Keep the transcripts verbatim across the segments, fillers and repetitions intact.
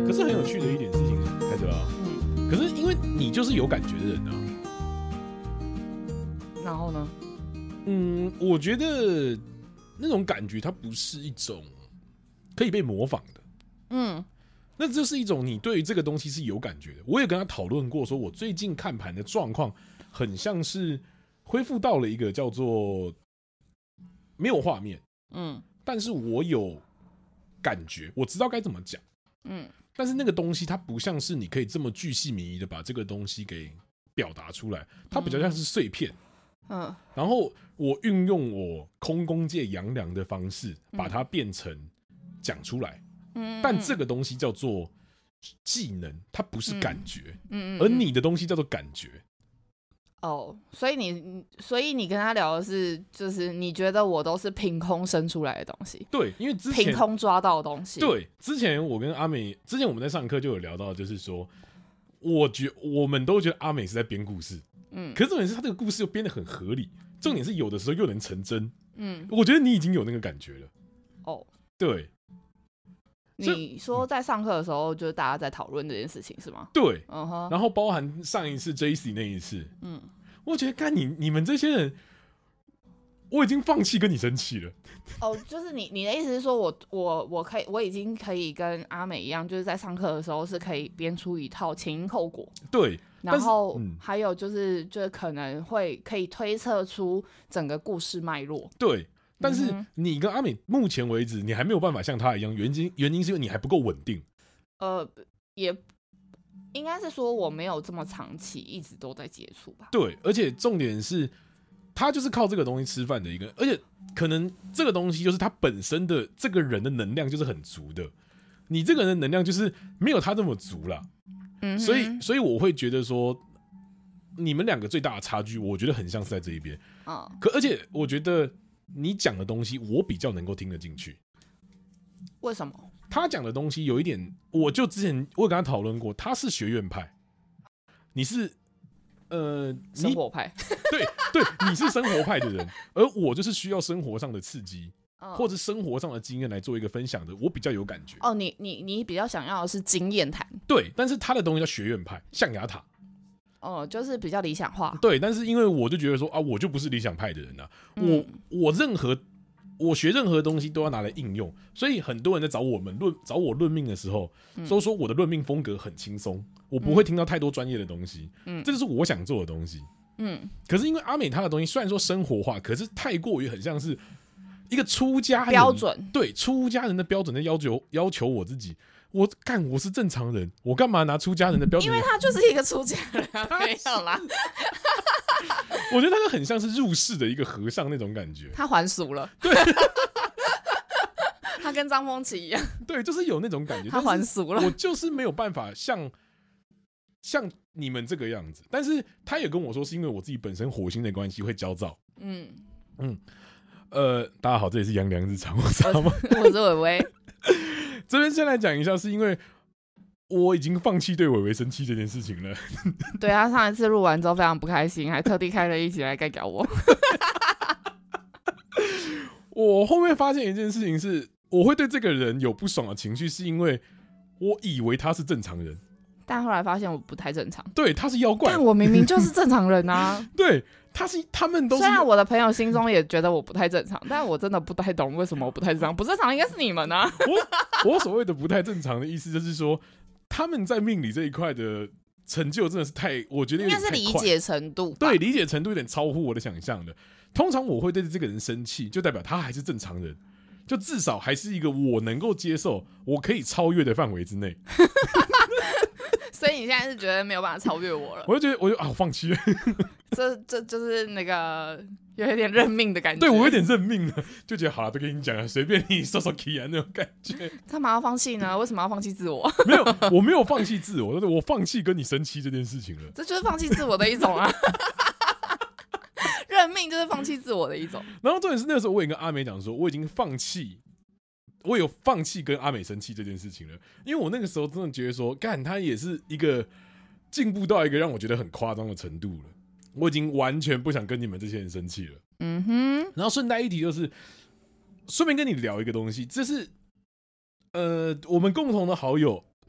可是很有趣的一点事情开始了，嗯，可是因为你就是有感觉的人啊， 然后呢？ 嗯，我觉得那种感觉它不是一种可以被模仿的，嗯，那就是一种你对于这个东西是有感觉的。我也跟他讨论过，说我最近看盘的状况很像是恢复到了一个叫做没有画面，嗯，但是我有感觉，我知道该怎么讲，嗯，但是那个东西它不像是你可以这么巨细靡遗的把这个东西给表达出来，它比较像是碎片。嗯，然后我运用我空公界阳凉的方式，把它变成讲出来。嗯，但这个东西叫做技能，它不是感觉。嗯，而你的东西叫做感觉。 哦，所以你，所以你跟他聊的是，就是你觉得我都是凭空生出来的东西。 对，因为之前凭空抓到的东西。 对，之前我跟阿美，之前我们在上课就有聊到，就是说，我觉我们都觉得阿美是在编故事。嗯，可是重点是他这个故事又编得很合理，重点是有的时候又能成真。嗯，我觉得你已经有那个感觉了。哦，对。 你说在上课的时候，就是大家在讨论这件事情是吗？ 对，嗯哼。然后包含上一次 J C 那一次，嗯，我觉得干你你们这些人，我已经放弃跟你生气了。 哦，就是你你的意思是说我我我可以我已经可以跟阿美一样，就是在上课的时候是可以编出一套前因后果。 对。 然后还有就是，就是可能会可以推测出整个故事脉络。 对，但是你跟阿美目前为止，你还没有办法像他一样，原因原因是因为你还不够稳定。 呃，也应该是说我没有这么长期一直都在接触吧。 对，而且重点是，他就是靠这个东西吃饭的一个，而且可能这个东西就是他本身的这个人的能量就是很足的，你这个人的能量就是没有他这么足啦。嗯，所以，所以我会觉得说，你们两个最大的差距，我觉得很像是在这一边。哦，可而且我觉得你讲的东西，我比较能够听得进去。 为什么？ 他讲的东西有一点，我就之前我有跟他讨论过，他是学院派，你是呃生活派， 对对，你是生活派的人，而我就是需要生活上的刺激。或者生活上的经验来做一个分享的，我比较有感觉。 哦，你你你比较想要的是经验谈。 对，但是他的东西叫学院派，象牙塔。 哦，就是比较理想化。 对，但是因为我就觉得说啊，我就不是理想派的人啊，嗯、我我任何我学任何东西都要拿来应用，所以很多人在找我们论找我论命的时候，嗯、都说我的论命风格很轻松，我不会听到太多专业的东西。嗯，这就是我想做的东西。嗯，可是因为阿美她的东西虽然说生活化，可是太过于很像是一个出家人标准， 对出家人的标准的要求要求我自己，我干我是正常人，我干嘛拿出家人的标准？ 因为他就是一个出家人、啊，没有啦。 我觉得他就很像是入世的一个和尚那种感觉。 他还俗了， 对， 他跟张丰琪一样， 对，就是有那种感觉。 他还俗了， 我就是没有办法像像你们这个样子。但是他也跟我说，是因为我自己本身火星的关系会焦躁。嗯嗯。呃，大家好，这里是杨良日常，我是阿妈， 我是伟伟。 这边先来讲一下，是因为我已经放弃对伟伟生气这件事情了。 对，他上一次录完之后非常不开心，还特地开了一集来干掉我。 我后面发现一件事情是，我会对这个人有不爽的情绪，是因为我以为他是正常人， 但后来发现我不太正常。 对，他是妖怪， 但我明明就是正常人啊。 对。他是他们都是， 虽然我的朋友心中也觉得我不太正常，但我真的不太懂为什么我不太正常。不正常应该是你们啊。 我我所谓的不太正常的意思就是说，他们在命理这一块的成就真的是太，我觉得有点太快， 应该是理解程度， 对，理解程度有点超乎我的想象的。通常我会对这个人生气，就代表他还是正常人，就至少还是一个我能够接受、我可以超越的范围之内。 所以你现在是觉得没有办法超越我了？ 我就觉得，我就啊，我放弃了。 这这就是那个有一点认命的感觉。 对，我有点认命了，就觉得好了，不跟你讲了，随便你说说 key 啊那种感觉。 干嘛要放弃呢？为什么要放弃自我？ 没有，我没有放弃自我，我放弃跟你生气这件事情了。 这就是放弃自我的一种啊。认命就是放弃自我的一种。 然后重点是那个时候，我也跟阿美讲说，我已经放弃。我有放弃跟阿美生气这件事情了，因为我那个时候真的觉得说，干他也是一个进步到一个让我觉得很夸张的程度了，我已经完全不想跟你们这些人生气了。嗯哼。然后顺带一提就是，顺便跟你聊一个东西，这是呃我们共同的好友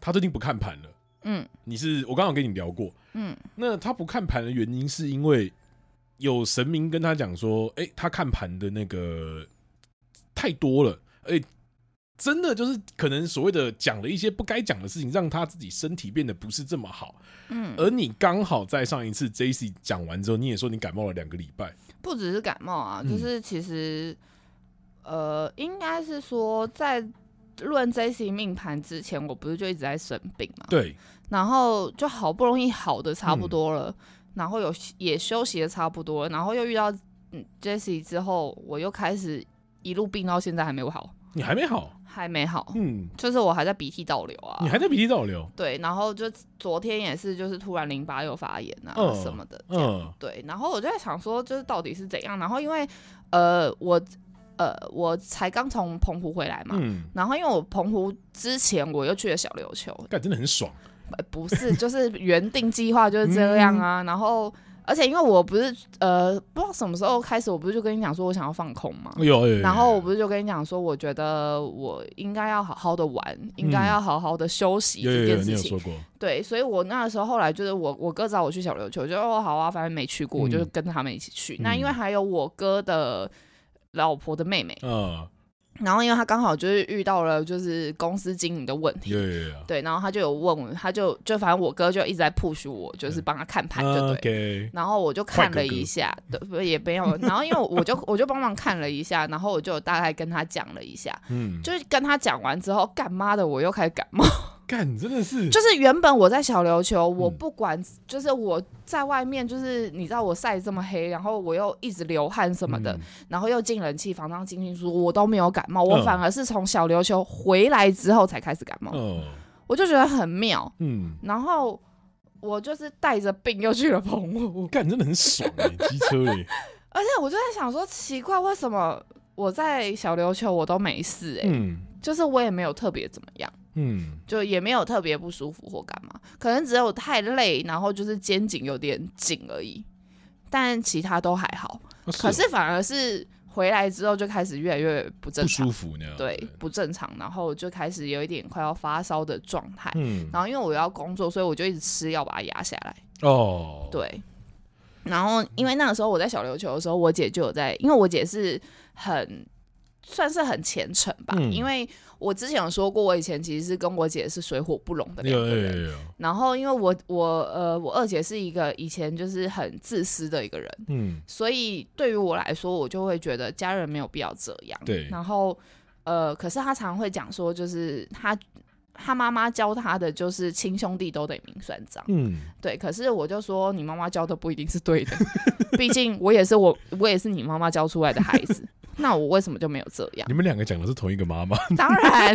他最近不看盘了。嗯，你是我刚刚跟你聊过。嗯，那他不看盘的原因是因为有神明跟他讲说，哎、欸，他看盘的那个太多了，哎、欸，真的就是可能所谓的讲了一些不该讲的事情，让他自己身体变得不是这么好。嗯，而你刚好在上一次 J C 讲完之后，你也说你感冒了两个礼拜， 不只是感冒啊，就是其实、嗯、呃，应该是说在论 J C 命盘之前，我不是就一直在生病嘛？ 对， 然后就好不容易好的差不多了。嗯，然后有也休息的差不多了，然后又遇到、嗯、Jessie 之后，我又开始一路病到现在还没有好。 你还没好？ 还没好，嗯，就是我还在鼻涕倒流啊。 你还在鼻涕倒流？ 对，然后就昨天也是，就是突然淋巴又发炎啊、嗯、什么的，嗯，对，然后我就在想说，就是到底是怎样？然后因为呃我呃我才刚从澎湖回来嘛，嗯，然后因为我澎湖之前我又去了小琉球， 干真的很爽。 不是，就是原定计划就是这样啊。嗯、然后，而且因为我不是呃，不知道什么时候开始，我不是就跟你讲说我想要放空嘛。 有有。 然后我不是就跟你讲说，我觉得我应该要好好的玩，嗯、应该要好好的休息这件事情。 有有有，你有说过。 对，所以我那个时候后来就是我我哥找我去小琉球，就哦好啊，反正没去过，我就跟他们一起去。嗯、那因为还有我哥的老婆的妹妹。嗯。然后因为他刚好就是遇到了就是公司经营的问题， yeah, yeah. 对，然后他就有问我，他就就反正我哥就一直在 push 我，就是帮他看盘，就对， okay. 然后我就看了一下，哥哥对，也没有，然后因为我就我就帮忙看了一下，然后我就大概跟他讲了一下，嗯，就是跟他讲完之后，干妈的我又开始感冒。 干真的是， 就是原本我在小琉球，我不管，嗯、就是我在外面，就是你知道我晒这么黑，然后我又一直流汗什么的，嗯、然后又进冷气房当进进出出，我都没有感冒，我反而是从小琉球回来之后才开始感冒，嗯、我就觉得很妙，嗯，然后我就是带着病又去了澎湖， 干真的很爽哎、欸，机车哎、欸， 而且我就在想说，奇怪，为什么我在小琉球我都没事哎、欸，嗯、就是我也没有特别怎么样。嗯，就也没有特别不舒服或干嘛，可能只有太累，然后就是肩颈有点紧而已，但其他都还好。啊、是可是反而是回来之后就开始越来越不正常， 不舒服那样， 对，不正常，然后就开始有一点快要发烧的状态。嗯，然后因为我要工作，所以我就一直吃药把它压下来。哦，对。然后因为那个时候我在小琉球的时候，我姐就有在，因为我姐是很算是很虔诚吧，嗯、因为我之前有说过，我以前其实是跟我姐是水火不容的两个人。有有有有然后因为我我呃我二姐是一个以前就是很自私的一个人，嗯，所以对于我来说，我就会觉得家人没有必要这样。 对。 然后呃，可是她常会讲说，就是她她妈妈教她的就是亲兄弟都得明算账，嗯，对。可是我就说，你妈妈教的不一定是对的，毕竟我也是我我也是你妈妈教出来的孩子。那我为什么就没有这样？ 你们两个讲的是同一个妈妈？ 当然，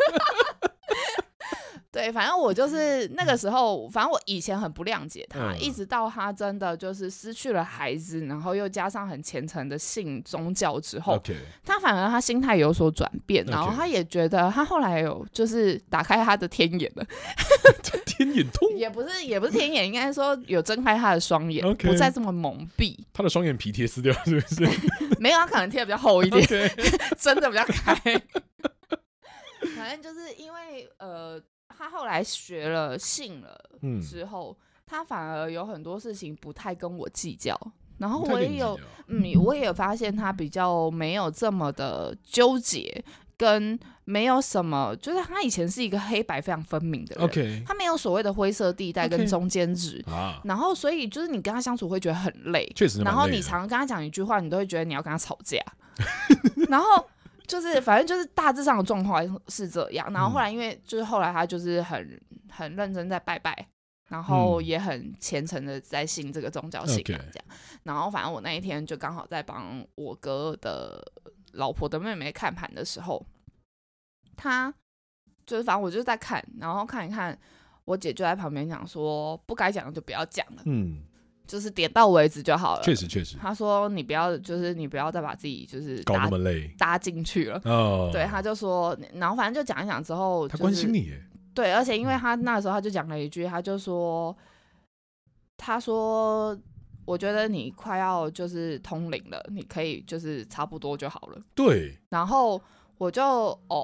对，反正我就是那个时候，反正我以前很不谅解他，嗯、一直到他真的就是失去了孩子，然后又加上很虔诚的信宗教之后， okay. 他反而他心态有所转变，然后他也觉得他后来有就是打开他的天眼了， 天眼通也不是也不是天眼，应该说有睁开他的双眼， okay. 不再这么蒙蔽。 他的双眼皮贴撕掉是不是？ 没有，他可能贴的比较厚一点， okay. 真的比较开。反正就是因为呃。他后来学了信了之后、嗯、他反而有很多事情不太跟我计较，然后我也有嗯，我也有发现他比较没有这么的纠结，跟没有什么，就是他以前是一个黑白非常分明的人， okay. 他没有所谓的灰色地带跟中间值、okay. 啊、然后所以就是你跟他相处会觉得很累， 确实， 然后你常跟他讲一句话，你都会觉得你要跟他吵架，然后。就是反正就是大致上的状况是这样，然后后来因为就是后来他就是很很认真在拜拜，然后也很虔诚的在信这个宗教信仰这样， okay. 然后反正我那一天就刚好在帮我哥的老婆的妹妹看盘的时候，他就是反正我就是在看，然后看一看，我姐就在旁边讲说不该讲的就不要讲了，嗯。就是点到为止就好了。 确实确实。 他说你不要，就是你不要再把自己就是搞那么累搭进去了。哦。对，他就说，然后反正就讲一讲之后、就是， 他关心你耶。 对，而且因为他那时候他就讲了一句，他就说，他说，我觉得你快要就是通灵了，你可以就是差不多就好了。 对。 然后我就哦。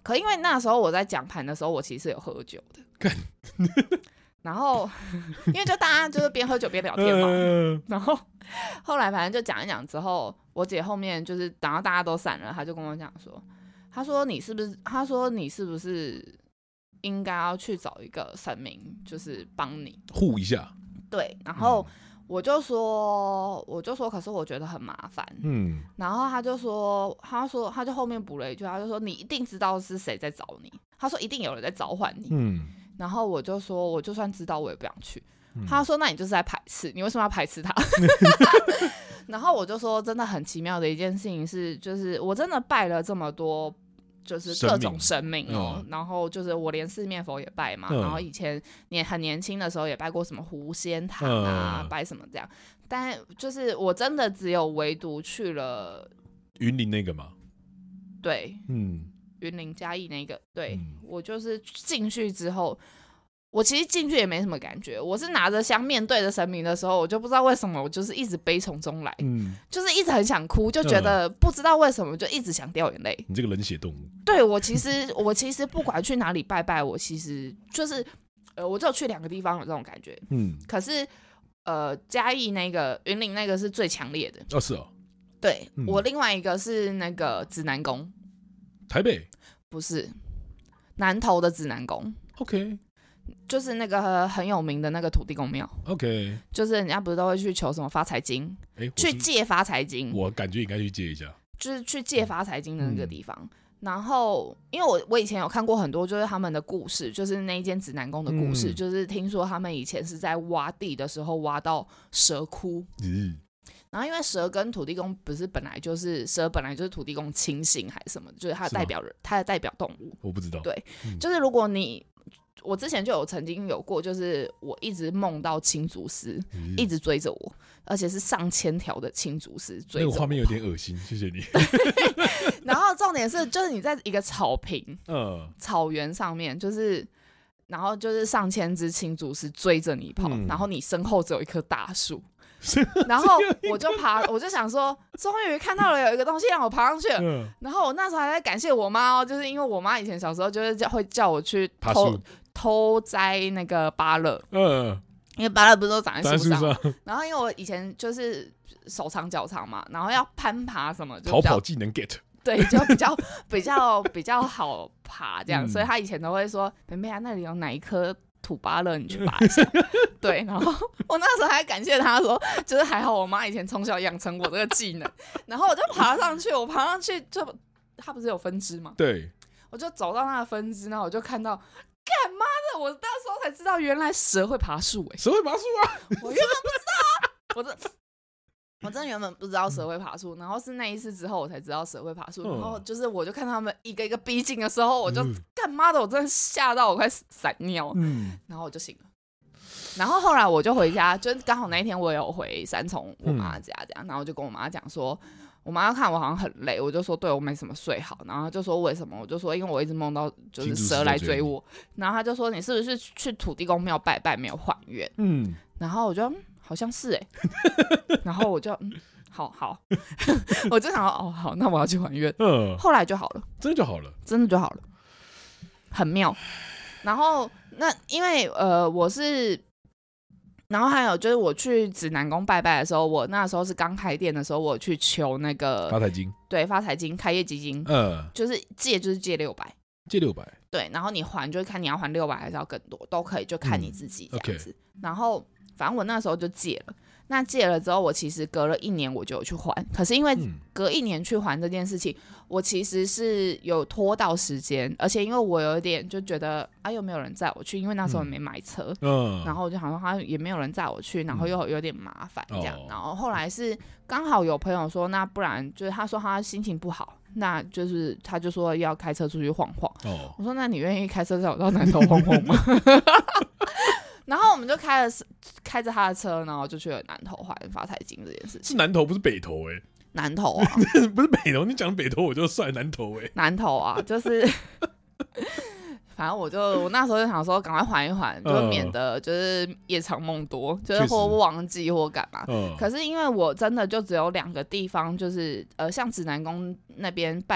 可因为那时候我在讲盘的时候，我其实是有喝酒的。然后因为就大家就是边喝酒边聊天嘛，呃、然后后来反正就讲一讲之后，我姐后面就是等到大家都散了，她就跟我讲说，她说你是不是，她说你是不是应该要去找一个神明，就是帮你护一下。对， 然后我就说，我就说，可是我觉得很麻烦。嗯，然后他就说，他说，他就后面补了一句，他就说，你一定知道是谁在找你。他说一定有人在召唤你。嗯，然后我就说，我就算知道，我也不想去。嗯、他说，那你就是在排斥，你为什么要排斥他？然后我就说，真的很奇妙的一件事情是，就是我真的拜了这么多。就是各种神明哦、喔，然后就是我连四面佛也拜嘛，嗯、然后以前年很年轻的时候也拜过什么狐仙堂啊，嗯、拜什么这样，但就是我真的只有唯独去了云林那个嘛， 对，嗯，云林嘉义那个，对、嗯、我就是进去之后。我其实进去也没什么感觉，我是拿着香面对着神明的时候，我就不知道为什么，我就是一直悲从中来，嗯，就是一直很想哭，就觉得不知道为什么就一直想掉眼泪。 你这个冷血动物。 对，我其实我其实不管去哪里拜拜，我其实就是呃，我只有去两个地方有这种感觉，嗯，可是呃，嘉义那个云林那个是最强烈的。 哦，是哦。 对、嗯、我另外一个是那个指南宫。 台北？ 不是，南投的指南宫。 OK。 就是那个很有名的那个土地公庙 ，OK， 就是人家不是都会去求什么发财金，欸、去借发财金， 我感觉应该去借一下， 就是去借发财金的那个地方。嗯、然后，因为我我以前有看过很多，就是他们的故事，就是那一间指南宫的故事，嗯、就是听说他们以前是在挖地的时候挖到蛇窟，嗯、然后因为蛇跟土地公不是本来就是蛇本来就是土地公亲信还是什么，就是它的代表人，它的代表动物， 我不知道， 对，嗯、就是如果你。我之前就有曾经有过，就是我一直梦到青竹丝、嗯、一直追着我，而且是上千条的青竹丝追着我。 那个画面有点恶心，谢谢你。 然后重点是，就是你在一个草坪、嗯、草原上面，就是然后就是上千只青竹丝追着你跑，嗯、然后你身后只有一棵大树。然后我就爬，我就想说，终于看到了有一个东西让我爬上去了。嗯、然后我那时候还在感谢我妈哦，就是因为我妈以前小时候就是叫会叫我去偷偷摘那个芭乐，嗯，因为芭乐不是都长在树上，上然后因为我以前就是手长脚长嘛，然后要攀爬什么，就逃跑技能 get。 对，就比较比较比较好爬这样，嗯、所以他以前都会说，妹妹啊，那里有哪一棵土芭乐，你去拔一下。对，然后我那时候还感谢他说，就是还好我妈以前从小养成我这个技能，然后我就爬上去，我爬上去就它不是有分支吗？ 对， 我就走到那个分支，然后我就看到，干妈的，我那时候才知道原来蛇会爬树，哎， 蛇会爬树啊！ 我原本不知道，我这。我真的原本不知道蛇会爬树，然后是那一次之后我才知道蛇会爬树，然后就是我就看他们一个一个逼近的时候，我就干妈的，我真的吓到我快闪尿，嗯，然后我就醒了。然后后来我就回家，就刚好那一天我有回三重我妈家这样，然后我就跟我妈讲说，我妈看我好像很累，我就说对我没什么睡好，然后就说为什么，我就说因为我一直梦到就是蛇来追我，然后他就说你是不是去土地公庙拜拜没有还愿？嗯，然后我就。好像是哎、欸，然后我就嗯，好好，我就想说哦好，那我要去还愿。嗯，后来就好了， 真的就好了， 真的就好了，很妙。然后那因为呃我是，然后还有就是我去指南宫拜拜的时候，我那时候是刚开店的时候，我去求那个发财金， 对，发财金开业基金，嗯，就是借就是借六百， 借六百， 对，然后你还就是看你要还六百还是要更多，都可以，就看你自己这样子。嗯 okay. 然后。反正我那时候就借了，那借了之后，我其实隔了一年我就有去还。可是因为隔一年去还这件事情，嗯、我其实是有拖到时间，而且因为我有点就觉得啊，又没有人载我去，因为那时候也没买车，嗯、然后我就想说他也没有人载我去，然后又有点麻烦这样。嗯、然后后来是刚好有朋友说，那不然就是他说他心情不好，那就是他就说要开车出去晃晃。哦、我说那你愿意开车载我到南投晃晃吗？然后我们就开了开着他的车，然后就去了南投还发财金这件事情。 是南投不是北投哎、欸， 南投啊， 不是北投。你讲北投我就算南投哎、欸， 南投啊，就是反正我就我那时候就想说赶快还一还，就免得就是夜长梦多，就是或忘记或干嘛。嗯、可是因为我真的就只有两个地方，就是呃像指南宫那边拜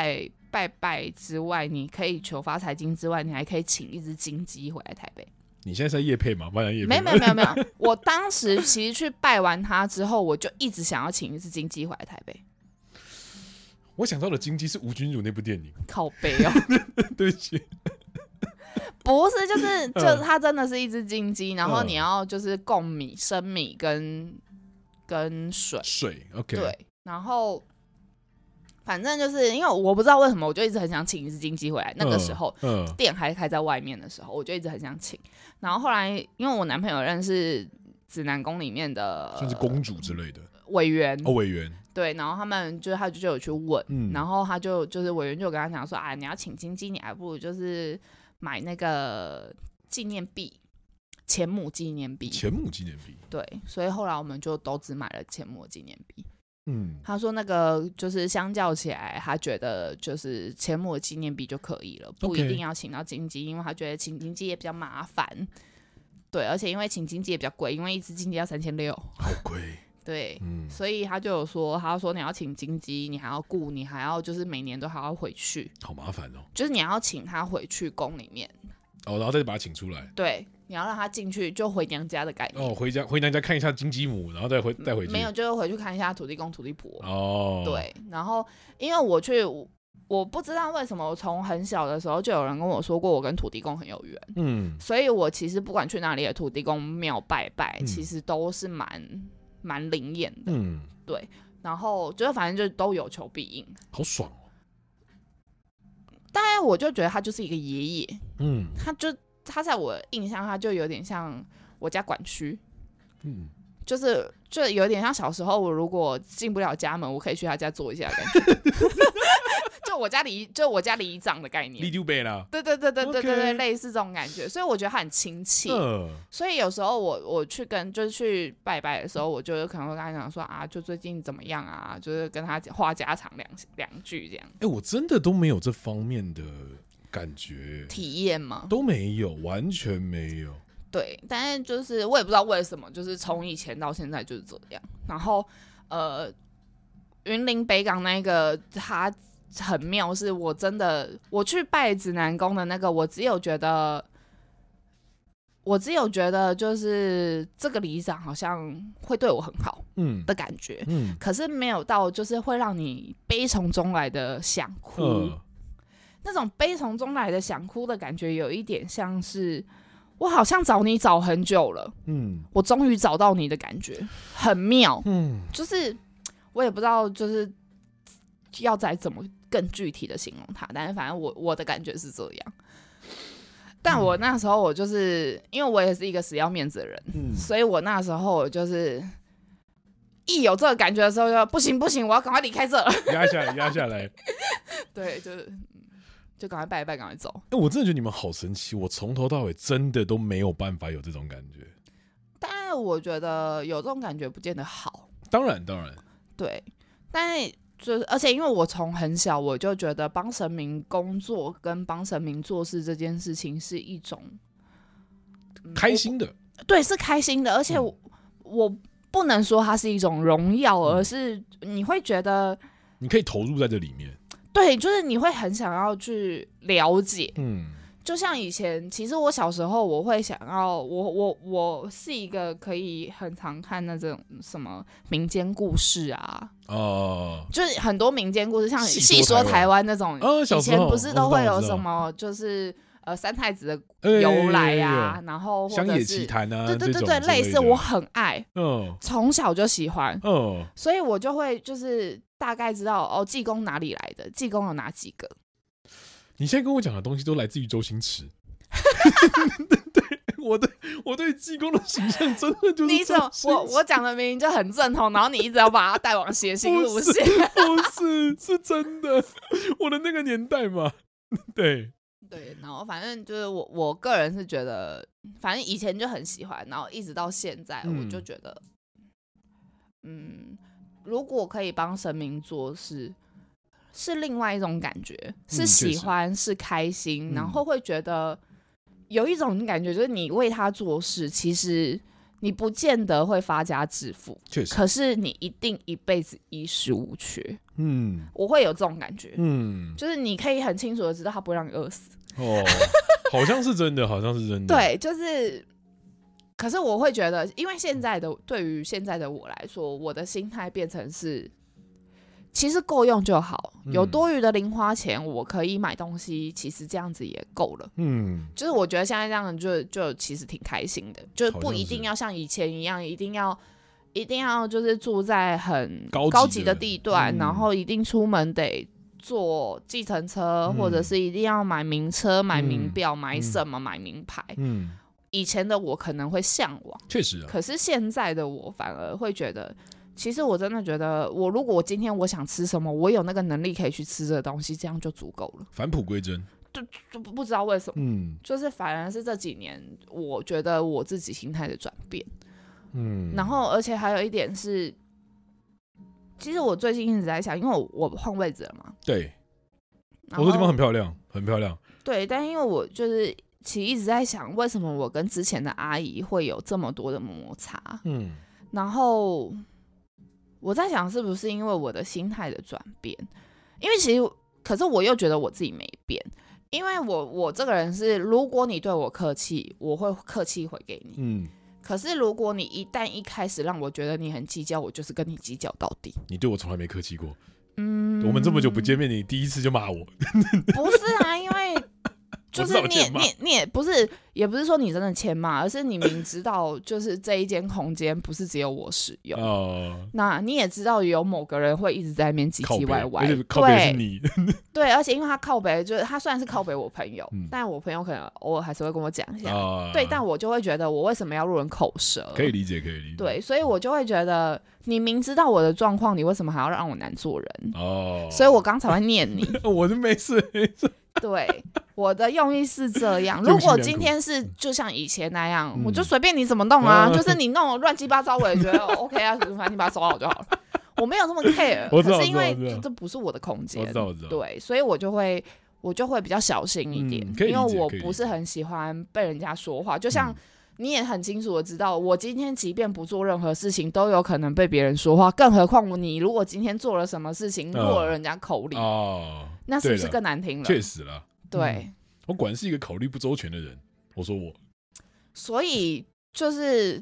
拜拜之外，你可以求发财金之外，你还可以请一只金鸡回来台北。 你现在是在业配吗？不然业配？ 没有没有没有没有，我当时其实去拜完他之后，我就一直想要请一只金鸡回来台北。 我想到的金鸡是吴君如那部电影， 靠北哦， 对不起。 不是，就是就它真的是一只金鸡，然后你要就是供米、生米跟跟水， 水 OK 对，然后反正就是因为我不知道为什么，我就一直很想请一只金鸡回来。那个时候、嗯嗯、店还开在外面的时候，我就一直很想请。然后后来因为我男朋友认识指南宫里面的， 算是公主之类的委员哦，委员对，然后他们就他就有去问，嗯、然后他就就是委员就跟他讲说啊，你要请金鸡，你还不如就是买那个纪念币，钱母纪念币， 钱母纪念币， 对，所以后来我们就都只买了钱母纪念币。 嗯， 他说那个就是相较起来，他觉得就是钱母的纪念币就可以了，不一定要请到金鸡，因为他觉得请金鸡也比较麻烦。对，而且因为请金鸡也比较贵，因为一只金鸡要三千六， 好贵。 对、 嗯， 所以他就有说，他说你要请金鸡，你还要顾，你还要就是每年都还要回去， 好麻烦哦。 就是你要请他回去宫里面， 哦，然后再把他请出来。 对，你要让他进去，就回娘家的概念。 哦，回家回娘家看一下金鸡母，然后再回带回去。 没有，就是回去看一下土地公、土地婆。 哦， 对，然后因为我去，我不知道为什么，我从很小的时候就有人跟我说过，我跟土地公很有缘。嗯，所以我其实不管去哪里的土地公庙拜拜，嗯、其实都是蛮蛮灵验的。嗯，对，然后就是反正就都有求必应， 好爽哦。 当然，我就觉得他就是一个爷爷。 嗯， 他就他在我的印象，他就有点像我家管区。嗯。就是就有点像小时候，我如果进不了家门，我可以去他家坐一下的感觉。就我家里，就我家里长的概念。 里丢北啦。 对对对对对对对，类似这种感觉，所以我觉得他很亲切。嗯、所以有时候我我去跟就是去拜拜的时候，我就可能会跟他讲说啊，就最近怎么样啊，就是跟他话家常两两句这样。 哎、欸，我真的都没有这方面的感觉体验吗？ 都没有，完全没有。 对，但是就是我也不知道为什么，就是从以前到现在就是这样。然后，呃，云林北港那个它很妙，是我真的我去拜指南宫的那个，我只有觉得，我只有觉得就是这个里长好像会对我很好，嗯的感觉，嗯，可是没有到就是会让你悲从中来的想哭，呃、那种悲从中来的想哭的感觉，有一点像是。我好像找你找很久了，嗯，我终于找到你的感觉，很妙，嗯，就是我也不知道，就是要再怎么更具体的形容它，但是反正我我的感觉是这样。但我那时候我就是因为我也是一个死要面子的人，嗯，所以我那时候我就是一有这个感觉的时候就不行不行，我要赶快离开这， 压下来压下来， 对，就是。就赶快拜一拜，赶快走。 哎、欸，我真的觉得你们好神奇，我从头到尾真的都没有办法有这种感觉。 但我觉得有这种感觉不见得好。 当然，当然，对。 但是就是，而且因为我从很小我就觉得帮神明工作跟帮神明做事这件事情是一种、 嗯、开心的， 对，是开心的。而且我、嗯、我不能说它是一种荣耀， 嗯、 而是你会觉得你可以投入在这里面。 对，就是你会很想要去了解，嗯，就像以前，其实我小时候我会想要，我我我是一个可以很常看那种什么民间故事啊，哦，就是很多民间故事，像细说台湾那种，哦、以前不是都会有什么，就是呃三太子的由来啊，欸、然后或者是乡野奇谈啊， 对对对对，类似，我很爱，嗯，从小就喜欢，嗯，所以我就会就是。大概知道哦，济公哪里来的？济公有哪几个？ 你现在跟我讲的东西都来自于周星驰。对，我的我对济公的形象真的就是你怎么我我讲的明明就很正统，然后你一直要把它带往邪性路线， 不是，是真的，我的那个年代嘛，对对，然后反正就是我我个人是觉得，反正以前就很喜欢，然后一直到现在，我就觉得，嗯。如果可以帮神明做事，是另外一种感觉，是喜欢，嗯、是开心，嗯、然后会觉得有一种感觉，就是你为他做事，其实你不见得会发家致富， 确实， 可是你一定一辈子衣食无缺。 嗯， 我会有这种感觉， 嗯， 就是你可以很清楚的知道他不会让你饿死。 哦，好像是真的，好像是真的。 对，就是，可是我会觉得，因为现在的对于现在的我来说，我的心态变成是，其实够用就好，有多余的零花钱，我可以买东西，其实这样子也够了。嗯，就是我觉得现在这样就就其实挺开心的，就是不一定要像以前一样，一定要一定要就是住在很高级的地段，嗯、然后一定出门得坐计程车，嗯、或者是一定要买名车、买名表、嗯、买什么、嗯、买名牌。嗯，以前的我可能会向往， 确实、啊， 可是现在的我反而会觉得。其实我真的觉得，我如果我今天我想吃什么，我有那个能力可以去吃这个东西，这样就足够了。 返璞归真， 就就不知道为什么，嗯，就是反而是这几年，我觉得我自己心态的转变，嗯，然后而且还有一点是，其实我最近一直在想，因为我我换位置了嘛， 对，我这地方很漂亮，很漂亮， 对，但因为我就是其实一直在想，为什么我跟之前的阿姨会有这么多的摩擦，嗯，然后。我在想是不是因为我的心态的转变，因为其实可是我又觉得我自己没变，因为我我这个人是，如果你对我客气，我会客气回给你，嗯，可是如果你一旦一开始让我觉得你很计较，我就是跟你计较到底。 你对我从来没客气过，嗯，我们这么久不见面，你第一次就骂我？ 不是啊，因为。就是你也你也你也不是，也不是说你真的欠骂，而是你明知道，就是这一间空间不是只有我使用，哦、那你也知道有某个人会一直在那边唧唧歪歪， 而且靠北是你， 对，而且因为他靠北，就是他虽然是靠北我朋友，嗯、但我朋友可能偶尔还是会跟我讲一下，哦、对，但我就会觉得我为什么要入人口舌？ 可以理解，可以理解， 对，所以我就会觉得你明知道我的状况，你为什么还要让我难做人？哦，所以我刚才会念你， 我就没事没事。 对，我的用意是这样。如果今天是就像以前那样，嗯、我就随便你怎么弄啊，嗯、就是你弄乱七八糟，我也觉得 OK 啊，反正你把它收好就好了。我没有这么 care， 可是因为这不是我的空间，对，所以我就会我就会比较小心一点，嗯、因为我不是很喜欢被人家说话。就像你也很清楚的知道，我今天即便不做任何事情，都有可能被别人说话，更何况你如果今天做了什么事情落了人家口里。哦，那是不是更难听了？ 确实啦， 对、 嗯，我果然是一个考虑不周全的人。我说我， 所以就是，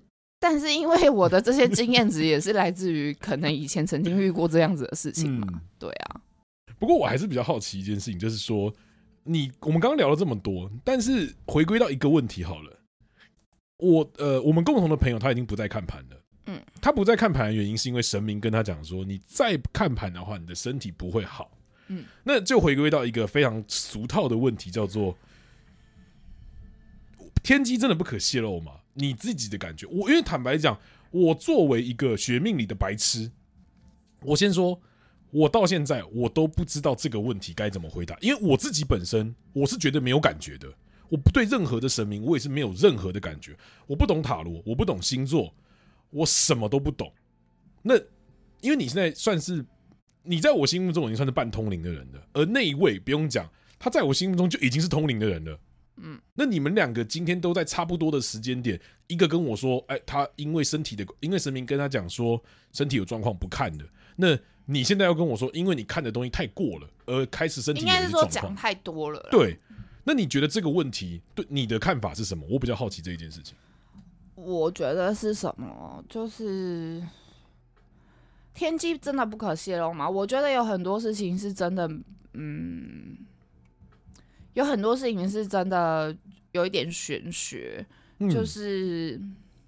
但是因为我的这些经验值也是来自于可能以前曾经遇过这样子的事情嘛，嗯、对啊。 不过我还是比较好奇一件事情，就是说，你我们刚刚聊了这么多，但是回归到一个问题好了，我呃，我们共同的朋友他已经不再看盘了。嗯，他不再看盘的原因是因为神明跟他讲说，你再看盘的话，你的身体不会好。嗯，那就回归到一个非常俗套的问题，叫做天机真的不可泄露吗？你自己的感觉，我因为坦白讲，我作为一个学命理的白痴，我先说，我到现在我都不知道这个问题该怎么回答，因为我自己本身我是觉得没有感觉的，我不对任何的神明，我也是没有任何的感觉，我不懂塔罗，我不懂星座，我什么都不懂。那因为你现在算是。你在我心目中已经算是半通灵的人了，而那一位不用讲，他在我心目中就已经是通灵的人了。嗯，那你们两个今天都在差不多的时间点，一个跟我说，哎，他因为身体的，因为神明跟他讲说身体有状况不看的。那你现在要跟我说，因为你看的东西太过了，而开始身体有一些状况，应该是说讲太多了。 对，那你觉得这个问题对你的看法是什么？我比较好奇这一件事情。 我觉得是什么？就是。天机真的不可泄露吗？我觉得有很多事情是真的，嗯，有很多事情是真的有一点玄学，嗯、就是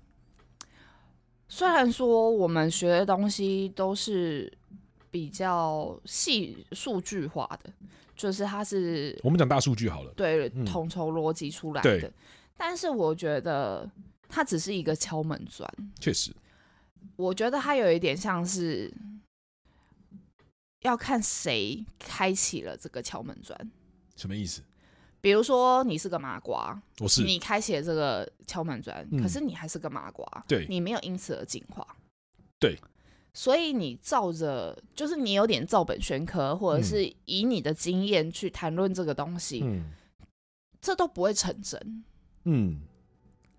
虽然说我们学的东西都是比较细数据化的，就是它是我们讲大数据好了， 对，嗯、统筹逻辑出来的，但是我觉得它只是一个敲门砖， 确实。 我觉得它有一点像是要看谁开启了这个敲门砖。 什么意思？ 比如说你是个麻瓜， 我是你开启了这个敲门砖，嗯、可是你还是个麻瓜， 对， 你没有因此而进化， 对， 所以你照着，就是你有点照本宣科，或者是以你的经验去谈论这个东西，嗯、这都不会成真。嗯。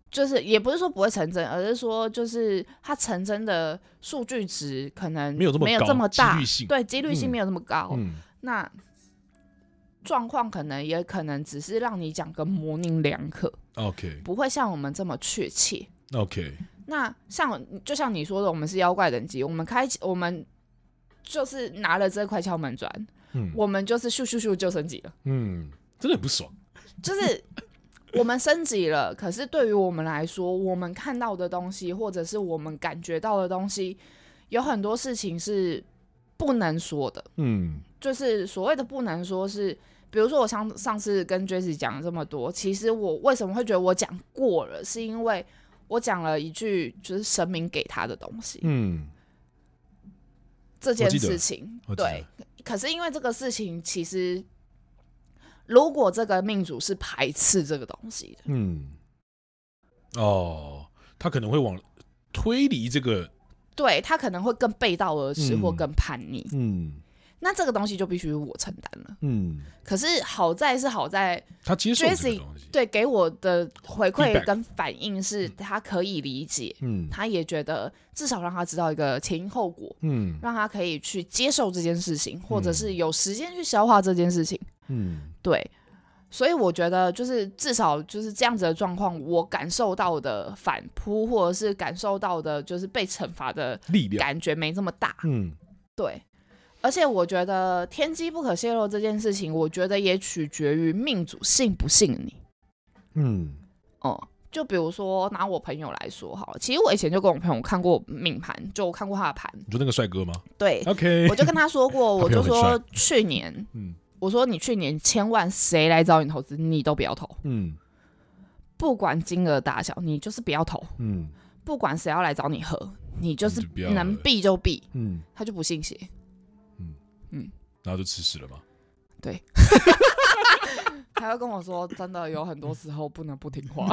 就是也不是说不会成真，而是说就是它成真的数据值可能没有这么高， 没有这么大， 几率性对，几率性没有这么高。 嗯， 那状况可能也可能只是让你讲个模棱两可 ，OK， 不会像我们这么确切。 OK， 那像就像你说的，我们是妖怪等级，我们开我们就是拿了这块敲门砖，嗯，我们就是咻咻咻就升级了， 嗯，真的很不爽， 就是我们升级了，可是对于我们来说，我们看到的东西或者是我们感觉到的东西，有很多事情是不能说的，嗯，就是所谓的不能说是，比如说我上上次跟 Jessie 讲了这么多，其实我为什么会觉得我讲过了，是因为我讲了一句就是神明给他的东西，嗯，这件事情，对，可是因为这个事情，其实如果这个命主是排斥这个东西的，嗯， 哦，他可能会往推离这个， 对，他可能会更背道而驰，嗯，或更叛逆，嗯。那这个东西就必须我承担了，嗯。可是好在是好在他接受这个东西， 对，给我的回馈跟反应是他可以理解，嗯，他也觉得至少让他知道一个前因后果，嗯，让他可以去接受这件事情，或者是有时间去消化这件事情，嗯，对。所以我觉得就是至少就是这样子的状况，我感受到的反扑或者是感受到的就是被惩罚的力量感觉没这么大，嗯，对。而且我觉得天机不可泄露这件事情，我觉得也取决于命主信不信你。嗯，哦，就比如说拿我朋友来说好了，其实我以前就跟我朋友看过命盘，就我看过他的盘。 你说那个帅哥吗？ 对 ，OK， 我就跟他说过，我就说去年，嗯，我说你去年千万谁来找你投资，你都不要投，嗯，不管金额大小，你就是不要投，嗯，不管谁要来找你喝，你就是能避就避，嗯，他就不信邪。 嗯，然后就吃屎了吗？ 对，他会跟我说，真的有很多时候不能不听话。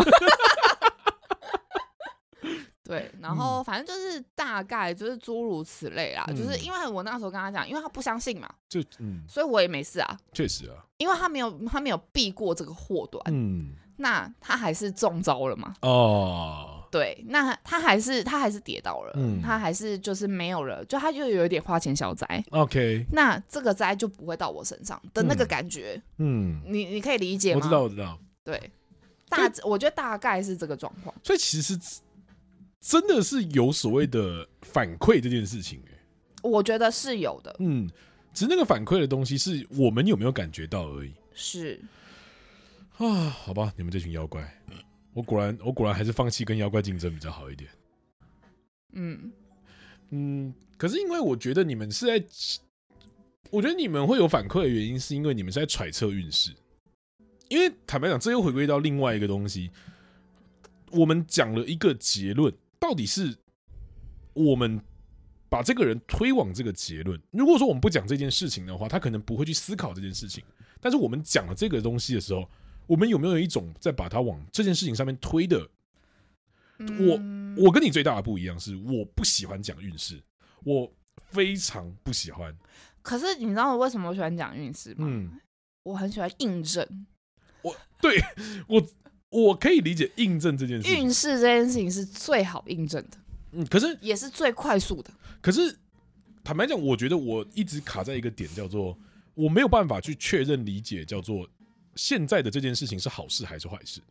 对，然后反正就是大概就是诸如此类啦，嗯，就是因为我那时候跟他讲，因为他不相信嘛，就嗯，所以我也没事啊， 确实啊， 因为他没有他没有避过这个祸端，嗯，那他还是中招了嘛，哦。对，那他还是他还是跌倒了，嗯，他还是就是没有了，就他就有一点花钱消灾 ，OK， 那这个灾就不会到我身上的那个感觉，嗯，你你可以理解吗？ 我知道，我知道， 对，大我觉得大概是这个状况， 所以其实真的是有所谓的反馈这件事情，欸， 我觉得是有的， 嗯，只是那个反馈的东西是我们有没有感觉到而已， 是啊，好吧，你们这群妖怪。我果然，我果然还是放弃跟妖怪竞争比较好一点。嗯嗯，可是因为我觉得你们是在，我觉得你们会有反馈的原因，是因为你们是在揣测运势。因为坦白讲，这又回归到另外一个东西，我们讲了一个结论，到底是我们把这个人推往这个结论。如果说我们不讲这件事情的话，他可能不会去思考这件事情。但是我们讲了这个东西的时候，我们有没有一种在把它往这件事情上面推的？嗯、我我跟你最大的不一样是，我不喜欢讲运势，我非常不喜欢。 可是你知道我为什么我喜欢讲运势吗？嗯，我很喜欢印证。 我对我我可以理解印证这件事情， 运势这件事情是最好印证的， 嗯，可是也是最快速的。 可是坦白讲，我觉得我一直卡在一个点，叫做我没有办法去确认理解，叫做。现在的这件事情是好事还是坏事？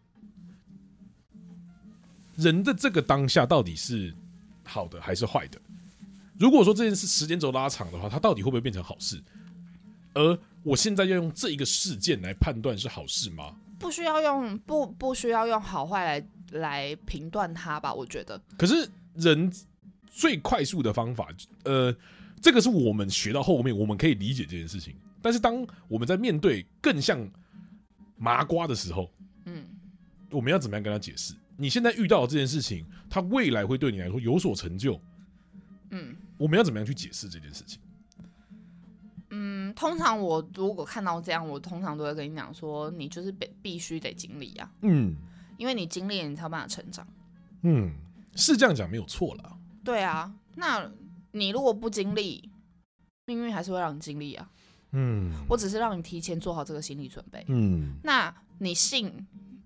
人的这个当下到底是好的还是坏的？如果说这件事时间轴拉长的话，它到底会不会变成好事？而我现在要用这一个事件来判断是好事吗？ 不需要用不不需要用好坏来来评断它吧？我觉得。 可是人最快速的方法，呃，这个是我们学到后面我们可以理解这件事情，但是当我们在面对更像麻瓜的时候，嗯，我们要怎么样跟他解释？你现在遇到的这件事情，它未来会对你来说有所成就，嗯，我们要怎么样去解释这件事情？ 嗯，通常我如果看到这样，我通常都会跟你讲说，你就是必须得经历啊，嗯，因为你经历了，你才有办法成长。 嗯，是这样讲没有错啦。 对啊，那你如果不经历，命运还是会让你经历啊。嗯，我只是让你提前做好这个心理准备。嗯，那你信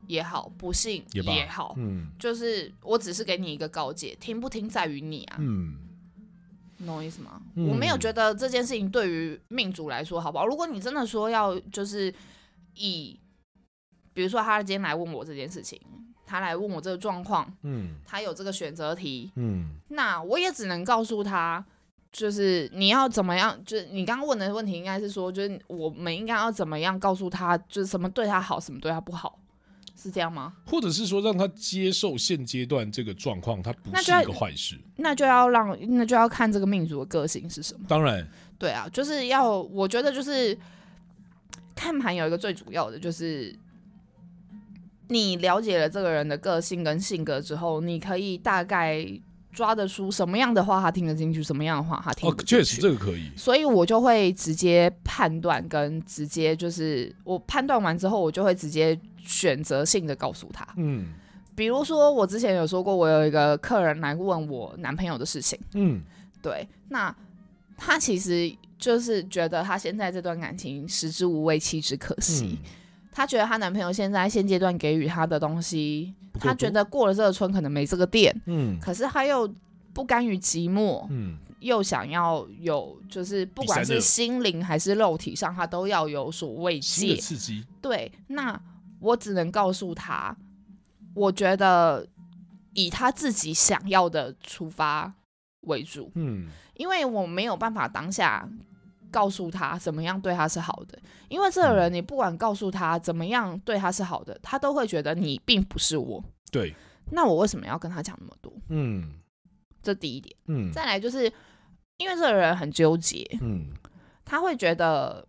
也好，不信也好，嗯，就是我只是给你一个告诫，听不听在于你啊，嗯，你懂我意思吗？嗯、我没有觉得这件事情对于命主来说好不好。如果你真的说要就是以，比如说他今天来问我这件事情，他来问我这个状况，嗯，他有这个选择题，嗯，那我也只能告诉他。就是你要怎么样？就是你刚刚问的问题，应该是说，就是我们应该要怎么样告诉他，就是什么对他好，什么对他不好，是这样吗？ 或者是说，让他接受现阶段这个状况，它不是一个坏事。 那就要让，那就要看这个命主的个性是什么。 当然， 对啊，就是要，我觉得就是看盘有一个最主要的，就是你了解了这个人的个性跟性格之后，你可以大概。抓得出什么样的话他听得进去，什么样的话他听不进去。 确、哦、实这个可以。 所以我就会直接判断，跟直接就是我判断完之后，我就会直接选择性的告诉他。嗯，比如说我之前有说过，我有一个客人来问我男朋友的事情。嗯，对，那他其实就是觉得他现在这段感情食之无味，弃之可惜。嗯，他觉得他男朋友现在现阶段给予他的东西，他觉得过了这个村可能没这个店，嗯，可是他又不甘于寂寞，嗯，又想要有，就是不管是心灵还是肉体上，他都要有所慰藉， 新的刺激。 对，那我只能告诉他，我觉得以他自己想要的出发为主，嗯，因为我没有办法当下。告诉他怎么样对他是好的，因为这个人你不管告诉他怎么样对他是好的，他都会觉得你并不是我。 对， 那我为什么要跟他讲那么多？嗯，这第一点。嗯，再来就是因为这个人很纠结，嗯，他会觉得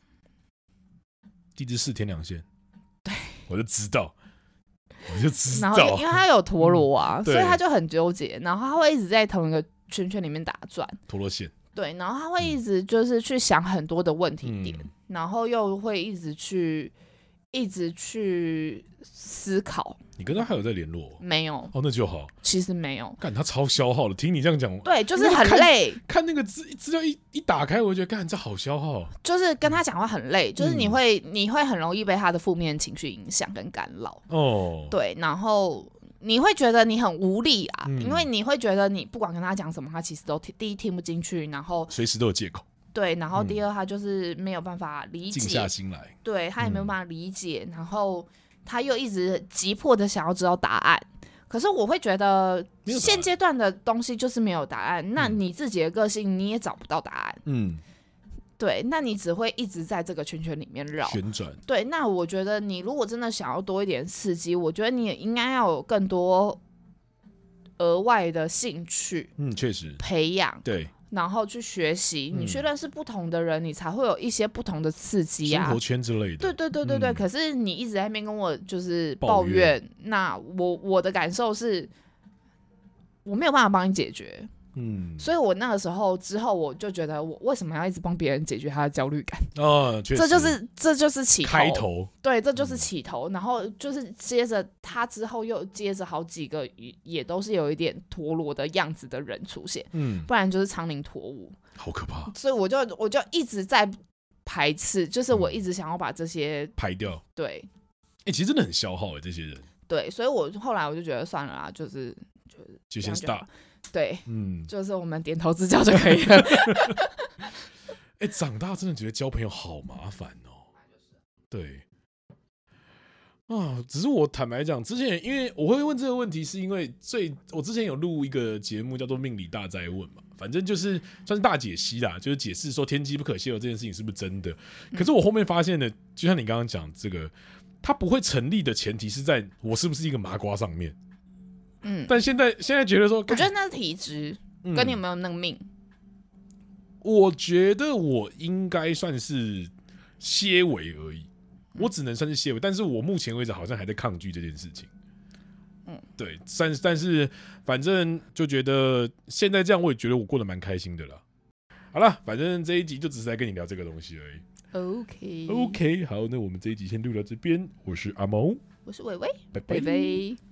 地支是天梁线，对，我就知道，我就知道， 然后因为他有陀螺啊，嗯，所以他就很纠结，然后他会一直在同一个圈圈里面打转， 陀螺线。 对，然后他会一直就是去想很多的问题点，嗯，然后又会一直去一直去思考。 你跟他还有在联络？ 没有。 哦，那就好。 其实没有。 干，他超消耗的。听你这样讲， 对，就是很累。 看, 看那个资资料一一打开，我就觉得干这好消耗。 就是跟他讲话很累，就是你会、嗯、你会很容易被他的负面情绪影响跟干扰。哦。对，然后。你会觉得你很无力啊，嗯，因为你会觉得你不管跟他讲什么，他其实都第一听不进去，然后随时都有借口。 对，然后第二，他就是没有办法理解， 静下心来， 对他也没有办法理解，嗯，然后他又一直急迫的想要知道答案。可是我会觉得现阶段的东西就是没有答案，嗯，那你自己的个性你也找不到答案。嗯。对，那你只会一直在这个圈圈里面绕旋转。 对，那我觉得你如果真的想要多一点刺激，我觉得你也应该要有更多额外的兴趣， 嗯，确实培养， 对， 然后去学习，嗯，你去认识不同的人，你才会有一些不同的刺激啊， 生活圈之类的。 对对对对对，嗯，可是你一直在那边跟我就是抱怨，抱怨那我我的感受是，我没有办法帮你解决。嗯，所以我那个时候之后，我就觉得我为什么要一直帮别人解决他的焦虑感？ 哦， 这就是这就是起头， 开头， 对，这就是起头。嗯，然后就是接着他之后又接着好几个也也都是有一点陀螺的样子的人出现，嗯，不然就是苍灵陀舞， 好可怕。 所以我就我就一直在排斥，就是我一直想要把这些， 嗯，排掉。 对， 哎，欸，其实真的很消耗哎，欸，这些人。 对，所以我后来我就觉得算了啦，就是就就先 stop。 对，嗯，就是我们点头之交就可以了。 哎，欸，长大真的觉得交朋友好麻烦哦。对，啊，只是我坦白讲，之前因为我会问这个问题，是因为最我之前有录一个节目叫做《命理大哉问》嘛，反正就是算是大解析啦，就是解释说天机不可泄露这件事情是不是真的。可是我后面发现的，就像你刚刚讲这个，它不会成立的前提是在我是不是一个麻瓜上面。嗯，但现在现在觉得说， 我觉得那是体质，嗯，跟你有没有那个命。 我觉得我应该算是些微而已，嗯，我只能算是些微，但是我目前为止好像还在抗拒这件事情。嗯，对，但但是反正就觉得现在这样，我也觉得我过得蛮开心的啦。好了，反正这一集就只是来跟你聊这个东西而已。 OK，OK， okay, 好，那我们这一集先录到这边。我是阿毛， 我是伟伟， 拜拜。 拜拜。